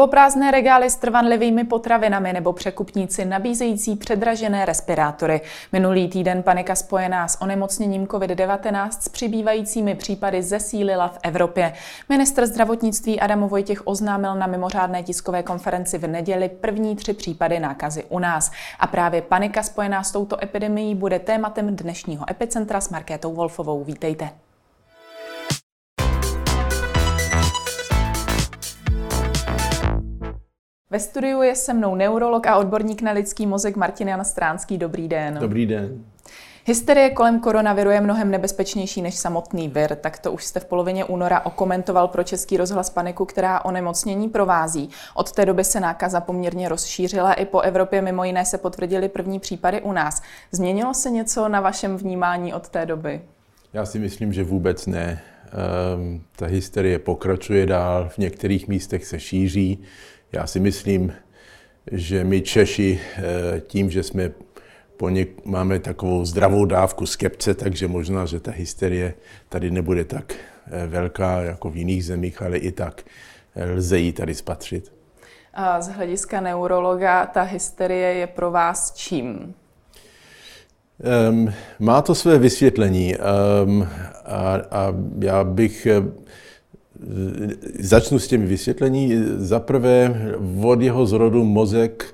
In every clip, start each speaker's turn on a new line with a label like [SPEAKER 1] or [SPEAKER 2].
[SPEAKER 1] Poloprázdné regály s trvanlivými potravinami nebo překupníci nabízející předražené respirátory. Minulý týden panika spojená s onemocněním COVID-19 s přibývajícími případy zesílila v Evropě. Ministr zdravotnictví Adam Vojtěch oznámil na mimořádné tiskové konferenci v neděli první 3 případy nákazy u nás. A právě panika spojená s touto epidemií bude tématem dnešního Epicentra s Markétou Wolfovou. Vítejte. Ve studiu je se mnou neurolog a odborník na lidský mozek Martin Jan Stránský. Dobrý den.
[SPEAKER 2] Dobrý den.
[SPEAKER 1] Hysterie kolem koronaviru je mnohem nebezpečnější než samotný vir. Tak to už jste v polovině února okomentoval pro Český rozhlas paniku, která onemocnění provází. Od té doby se nákaza poměrně rozšířila i po Evropě, mimo jiné se potvrdily první případy u nás. Změnilo se něco na vašem vnímání od té doby?
[SPEAKER 2] Já si myslím, že vůbec ne. Ta hysterie pokračuje dál, v některých místech se šíří. Já si myslím, že my Češi tím, že máme takovou zdravou dávku skepce, takže možná, že ta hysterie tady nebude tak velká jako v jiných zemích, ale i tak lze ji tady spatřit.
[SPEAKER 1] A z hlediska neurologa ta hysterie je pro vás čím?
[SPEAKER 2] Má to své vysvětlení a já bych začnu s těmi vysvětlení. Za prvé, od jeho zrodu mozek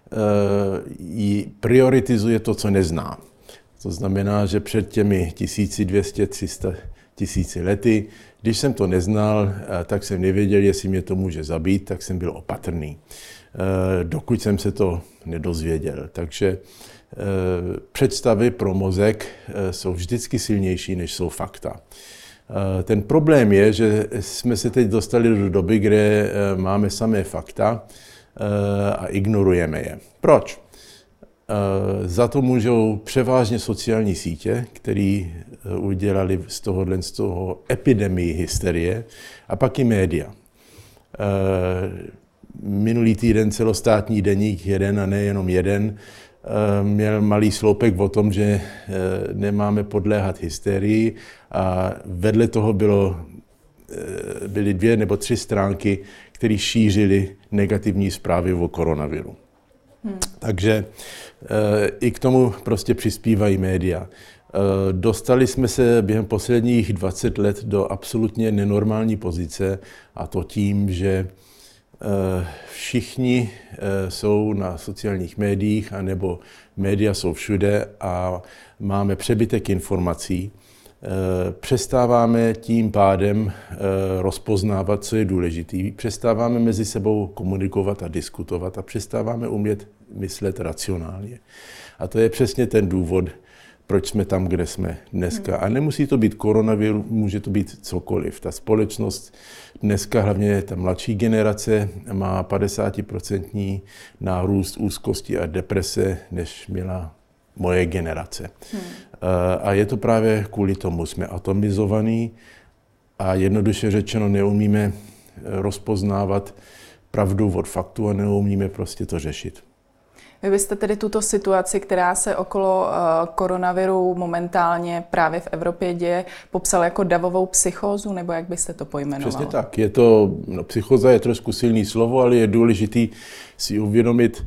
[SPEAKER 2] prioritizuje to, co nezná. To znamená, že před těmi 1200-300 tisíci lety, když jsem to neznal, tak jsem nevěděl, jestli mě to může zabít, tak jsem byl opatrný, dokud jsem se to nedozvěděl. Takže představy pro mozek jsou vždycky silnější, než jsou fakta. Ten problém je, že jsme se teď dostali do doby, kde máme samé fakta a ignorujeme je. Proč? Za to můžou převážně sociální sítě, které udělali z toho epidemii hysterie, a pak i média. Minulý týden celostátní deník jeden a nejenom jeden měl malý sloupek o tom, že nemáme podléhat hysterii, a vedle toho byly 2 nebo 3 stránky, které šířily negativní zprávy o koronaviru. Takže i k tomu prostě přispívají média. Dostali jsme se během posledních 20 let do absolutně nenormální pozice, a to tím, že všichni jsou na sociálních médiích, anebo média jsou všude a máme přebytek informací. Přestáváme tím pádem rozpoznávat, co je důležité. Přestáváme mezi sebou komunikovat a diskutovat a přestáváme umět myslet racionálně. A to je přesně ten důvod, proč jsme tam, kde jsme dneska. A nemusí to být koronavir, může to být cokoliv. Ta společnost dneska, hlavně ta mladší generace, má 50% nárůst úzkosti a deprese, než měla moje generace. A je to právě kvůli tomu. Jsme atomizovaní a jednoduše řečeno neumíme rozpoznávat pravdu od faktu a neumíme prostě to řešit.
[SPEAKER 1] Vy byste tedy tuto situaci, která se okolo koronaviru momentálně právě v Evropě děje, popsal jako davovou psychózu, nebo jak byste to pojmenoval?
[SPEAKER 2] Přesně tak. Psychóza je trošku silný slovo, ale je důležitý si uvědomit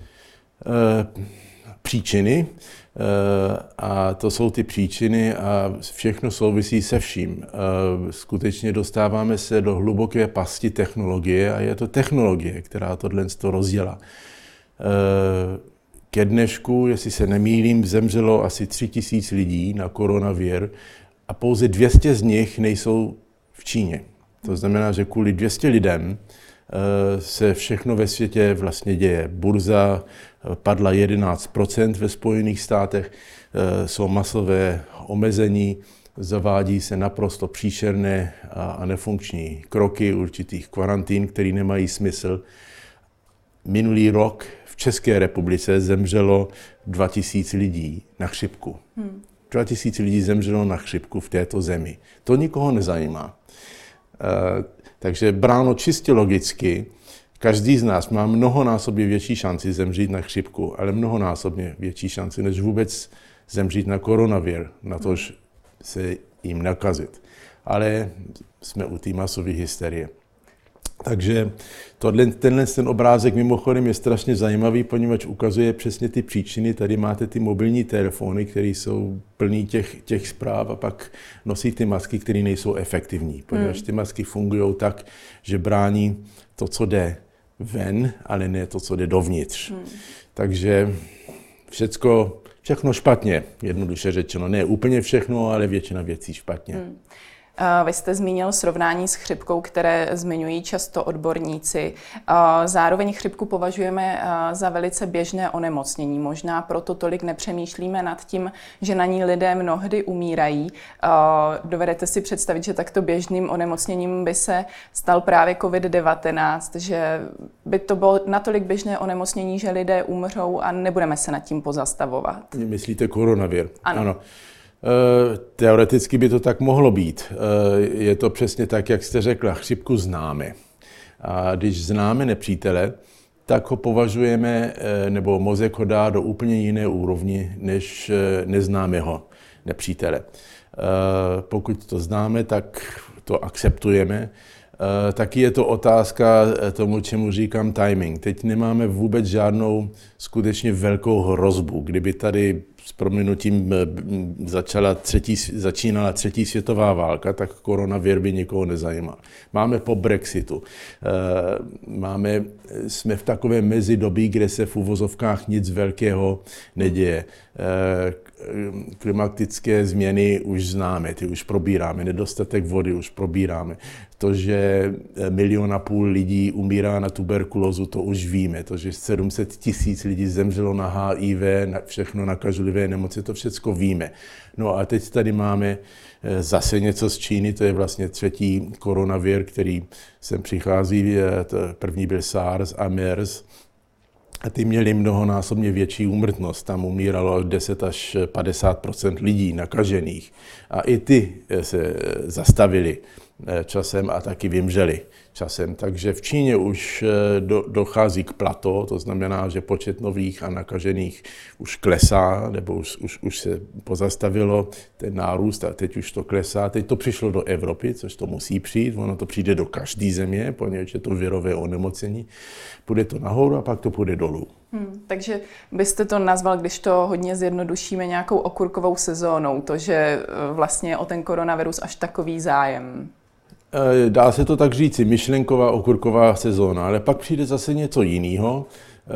[SPEAKER 2] příčiny. A to jsou ty příčiny a všechno souvisí se vším. Skutečně dostáváme se do hluboké pasti technologie a je to technologie, která tohle rozdělá. Ke dnešku, jestli se nemýlím, zemřelo asi 3000 lidí na koronavir a pouze 200 z nich nejsou v Číně. To znamená, že kvůli 200 lidem se všechno ve světě vlastně děje. Burza padla 11% ve Spojených státech, jsou masové omezení, zavádí se naprosto příšerné a nefunkční kroky určitých karantín, které nemají smysl. Minulý rok v České republice zemřelo 2000 lidí na chřipku. 2000 lidí zemřelo na chřipku v této zemi. To nikoho nezajímá. Takže bráno čistě logicky, každý z nás má mnohonásobně větší šanci zemřít na chřipku, ale mnohonásobně větší šanci, než vůbec zemřít na koronavir, na to, že se jim nakazit. Ale jsme u té masové hysterie. Takže tenhle obrázek mimochodem je strašně zajímavý, poněvadž ukazuje přesně ty příčiny. Tady máte ty mobilní telefony, které jsou plný těch zpráv a pak nosí ty masky, které nejsou efektivní, poněvadž ty masky fungují tak, že brání to, co jde ven, ale ne to, co jde dovnitř. Takže všechno špatně, jednoduše řečeno. Ne úplně všechno, ale většina věcí špatně.
[SPEAKER 1] Vy jste zmínil srovnání s chřipkou, které zmiňují často odborníci. Zároveň chřipku považujeme za velice běžné onemocnění. Možná proto tolik nepřemýšlíme nad tím, že na ní lidé mnohdy umírají. Dovedete si představit, že takto běžným onemocněním by se stal právě COVID-19, že by to bylo natolik běžné onemocnění, že lidé umřou a nebudeme se nad tím pozastavovat?
[SPEAKER 2] Myslíte koronavir?
[SPEAKER 1] Ano.
[SPEAKER 2] Teoreticky by to tak mohlo být. Je to přesně tak, jak jste řekla, chřipku známe. A když známe nepřítele, tak ho považujeme, nebo mozek ho dá do úplně jiné úrovni, než neznámého nepřítele. Pokud to známe, tak to akceptujeme. Taky je to otázka tomu, čemu říkám timing. Teď nemáme vůbec žádnou skutečně velkou hrozbu. Kdyby tady s prominutím začínala třetí světová válka, tak koronavir by nikoho nezajímal. Máme po Brexitu. Jsme v takovém mezidobí, kde se v uvozovkách nic velkého neděje. Klimatické změny už známe, ty už probíráme, nedostatek vody už probíráme. To, že 1,5 milionu lidí umírá na tuberkulózu, to už víme. To, že 700 000 lidí zemřelo na HIV, na všechno nakažlivé nemoci, to všechno víme. No a teď tady máme zase něco z Číny, to je vlastně třetí koronavir, který sem přichází. První byl SARS a MERS. A ty měli mnohonásobně větší úmrtnost. Tam umíralo 10 až 50% lidí nakažených. A i ty se zastavili časem a taky vymřeli časem. Takže v Číně už dochází k plato, to znamená, že počet nových a nakažených už klesá, nebo už se pozastavilo ten nárůst a teď už to klesá. Teď to přišlo do Evropy, což to musí přijít, ono to přijde do každé země, poněvadž je to virové onemocnění. Půjde to nahoru a pak to půjde dolů.
[SPEAKER 1] Takže byste to nazval, když to hodně zjednodušíme, nějakou okurkovou sezónou, to, že vlastně o ten koronavirus až takový zájem.
[SPEAKER 2] Dá se to tak říci, myšlenková okurková sezóna, ale pak přijde zase něco jiného.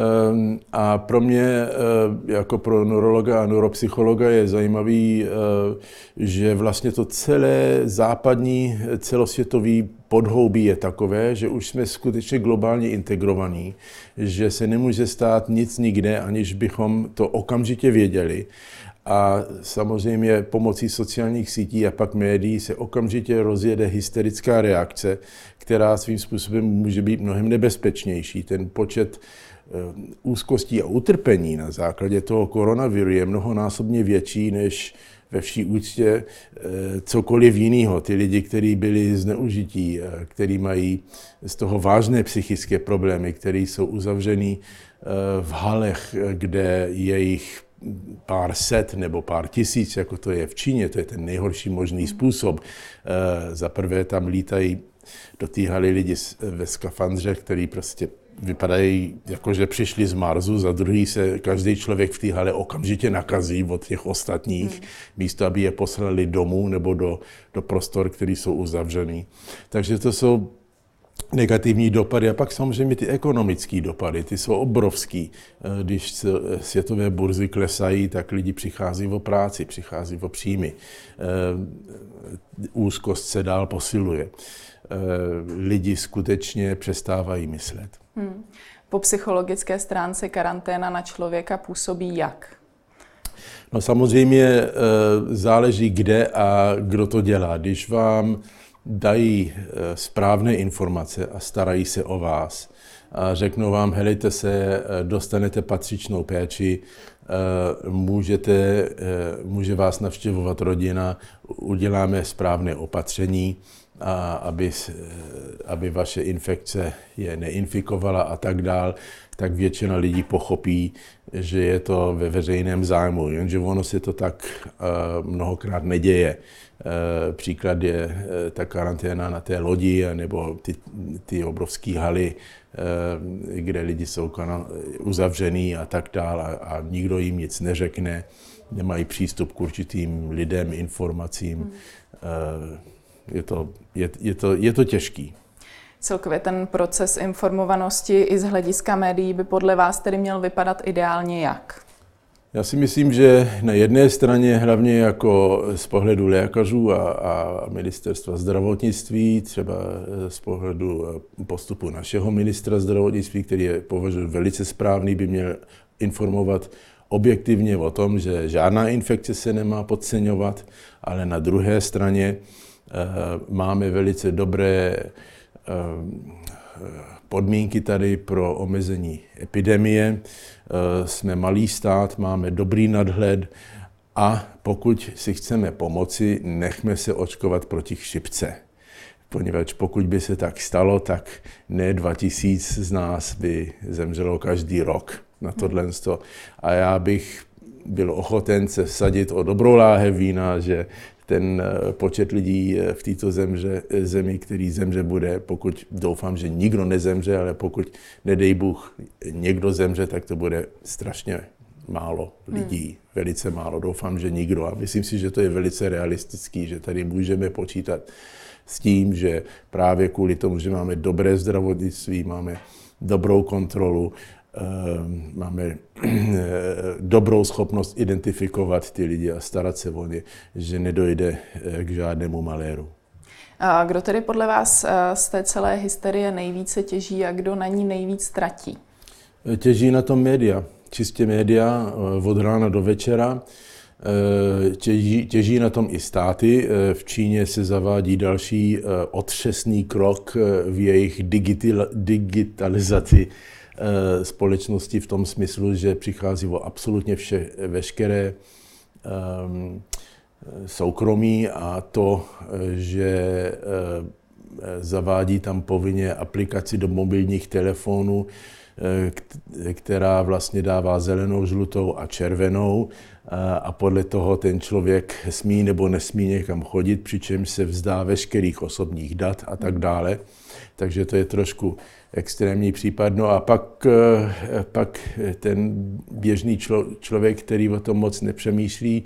[SPEAKER 2] A pro mě, jako pro neurologa a neuropsychologa, je zajímavý, že vlastně to celé západní celosvětový podhoubí je takové, že už jsme skutečně globálně integrovaní, že se nemůže stát nic nikde, aniž bychom to okamžitě věděli. A samozřejmě pomocí sociálních sítí a pak médií se okamžitě rozjede hysterická reakce, která svým způsobem může být mnohem nebezpečnější. Ten počet úzkostí a utrpení na základě toho koronaviru je mnohonásobně větší než ve vší úctě cokoliv jiného. Ty lidi, kteří byli zneužití, kteří mají z toho vážné psychické problémy, kteří jsou uzavření v halech, kde je jich pár set nebo pár tisíc, jako to je v Číně, to je ten nejhorší možný způsob. Za prvé tam lítají do té haly lidi ve skafandřech, který prostě vypadají jako, že přišli z Marsu, za druhý se každý člověk v té hale okamžitě nakazí od těch ostatních, místo aby je poslali domů nebo do prostor, které jsou uzavřený. Takže to jsou negativní dopady a pak samozřejmě ty ekonomické dopady, ty jsou obrovský. Když světové burzy klesají, tak lidi přichází o práci, přichází o příjmy. Úzkost se dál posiluje. Lidi skutečně přestávají myslet.
[SPEAKER 1] Po psychologické stránce karanténa na člověka působí jak?
[SPEAKER 2] No samozřejmě záleží kde a kdo to dělá. Když vám dají správné informace a starají se o vás a řeknou vám, helejte se, dostanete patřičnou péči, může vás navštěvovat rodina, uděláme správné opatření, a aby vaše infekce je neinfikovala a tak dál, tak většina lidí pochopí, že je to ve veřejném zájmu, jenže ono se to tak mnohokrát neděje. Příklad je ta karanténa na té lodi, nebo ty obrovské haly, kde lidi jsou uzavřený a tak dále a nikdo jim nic neřekne, nemají přístup k určitým lidem, informacím. Je to těžký.
[SPEAKER 1] Celkově ten proces informovanosti i z hlediska médií by podle vás tedy měl vypadat ideálně jak?
[SPEAKER 2] Já si myslím, že na jedné straně hlavně jako z pohledu lékařů a ministerstva zdravotnictví, třeba z pohledu postupu našeho ministra zdravotnictví, který je považuji velice správný, by měl informovat objektivně o tom, že žádná infekce se nemá podceňovat, ale na druhé straně máme velice dobré podmínky tady pro omezení epidemie. Jsme malý stát, máme dobrý nadhled a pokud si chceme pomoci, nechme se očkovat proti chřipce. Poněvadž pokud by se tak stalo, tak ne 2000 z nás by zemřelo každý rok na tohle. A já bych byl ochoten se vsadit o dobrou láhev vína, že ten počet lidí v této zemi, který zemře, bude, pokud doufám, že nikdo nezemře, ale pokud, nedej Bůh, někdo zemře, tak to bude strašně málo lidí, velice málo. Doufám, že nikdo. A myslím si, že to je velice realistický, že tady můžeme počítat s tím, že právě kvůli tomu, že máme dobré zdravotnictví, máme dobrou kontrolu, máme dobrou schopnost identifikovat ty lidi a starat se o ně, že nedojde k žádnému maléru.
[SPEAKER 1] A kdo tedy podle vás z té celé hysterie nejvíce těží a kdo na ní nejvíc tratí?
[SPEAKER 2] Těží na tom média, čistě média od rána do večera. Těží na tom i státy. V Číně se zavádí další otřesný krok v jejich digitalizaci společnosti v tom smyslu, že přichází o absolutně veškeré soukromí a to, že zavádí tam povinně aplikaci do mobilních telefonů, která vlastně dává zelenou, žlutou a červenou a podle toho ten člověk smí nebo nesmí někam chodit, přičemž se vzdá veškerých osobních dat a tak dále. Takže to je trošku extrémní případ. No a pak ten běžný člověk, který o tom moc nepřemýšlí,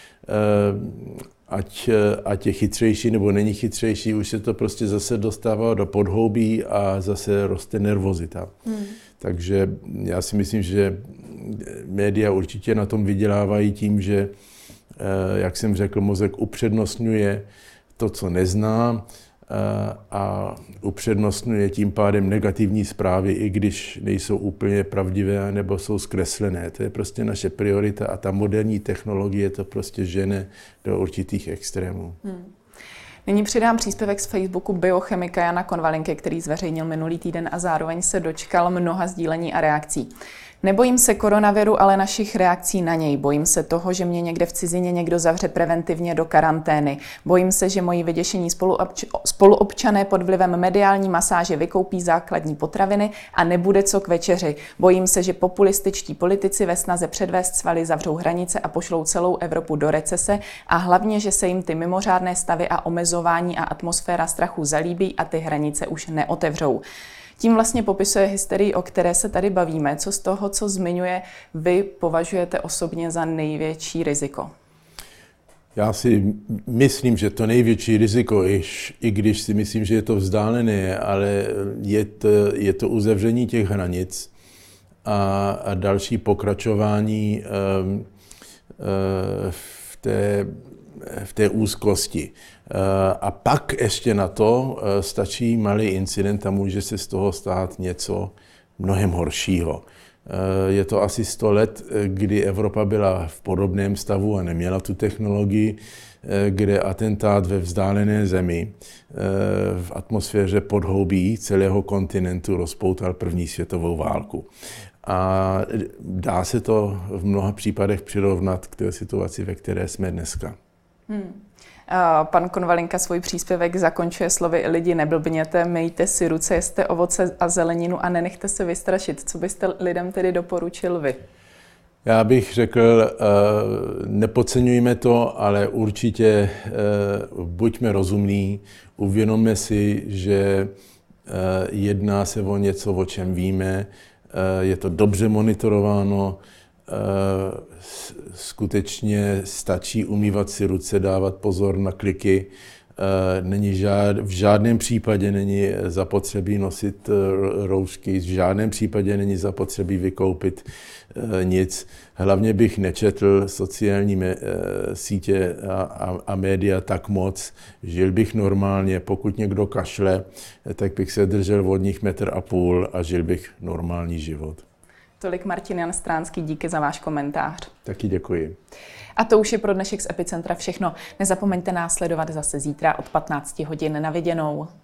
[SPEAKER 2] ať je chytřejší nebo není chytřejší, už se to prostě zase dostává do podhoubí a zase roste nervozita. Takže já si myslím, že média určitě na tom vydělávají tím, že, jak jsem řekl, mozek upřednostňuje to, co nezná, a upřednostňuje tím pádem negativní zprávy, i když nejsou úplně pravdivé nebo jsou zkreslené. To je prostě naše priorita a ta moderní technologie to prostě žene do určitých extrémů.
[SPEAKER 1] Nyní přidám příspěvek z Facebooku biochemika Jana Konvalinky, který zveřejnil minulý týden a zároveň se dočkal mnoha sdílení a reakcí. Nebojím se koronaviru, ale našich reakcí na něj. Bojím se toho, že mě někde v cizině někdo zavře preventivně do karantény. Bojím se, že moji vyděšení spoluobčané pod vlivem mediální masáže vykoupí základní potraviny a nebude co k večeři. Bojím se, že populističtí politici ve snaze předvést svaly zavřou hranice a pošlou celou Evropu do recese a hlavně, že se jim ty mimořádné stavy a omezování a atmosféra strachu zalíbí a ty hranice už neotevřou. Tím vlastně popisuje hysterii, o které se tady bavíme. Co z toho, co zmiňuje, vy považujete osobně za největší riziko?
[SPEAKER 2] Já si myslím, že to největší riziko, i když si myslím, že je to vzdálené, ale je to uzavření těch hranic a další pokračování v té úzkosti. A pak ještě na to stačí malý incident a může se z toho stát něco mnohem horšího. Je to asi 100 let, kdy Evropa byla v podobném stavu a neměla tu technologii, kde atentát ve vzdálené zemi v atmosféře podhoubí celého kontinentu rozpoutal první světovou válku. A dá se to v mnoha případech přirovnat k té situaci, ve které jsme dneska.
[SPEAKER 1] Pan Konvalinka svůj příspěvek zakončuje slovy: lidi, neblbněte, myjte si ruce, jeste ovoce a zeleninu a nenechte se vystrašit. Co byste lidem tedy doporučil vy?
[SPEAKER 2] Já bych řekl, nepodceňujme to, ale určitě buďme rozumní, uvědomme si, že jedná se o něco, o čem víme, je to dobře monitorováno, skutečně stačí umývat si ruce, dávat pozor na kliky. V žádném případě není zapotřebí nosit roušky, v žádném případě není zapotřebí vykoupit nic. Hlavně bych nečetl sociální sítě a média tak moc. Žil bych normálně, pokud někdo kašle, tak bych se držel od nich 1,5 metru a žil bych normální život.
[SPEAKER 1] Tolik Martin Jan Stránský, díky za váš komentář.
[SPEAKER 2] Taky děkuji.
[SPEAKER 1] A to už je pro dnešek z Epicentra všechno. Nezapomeňte nás sledovat zase zítra od 15 hodin. Na viděnou.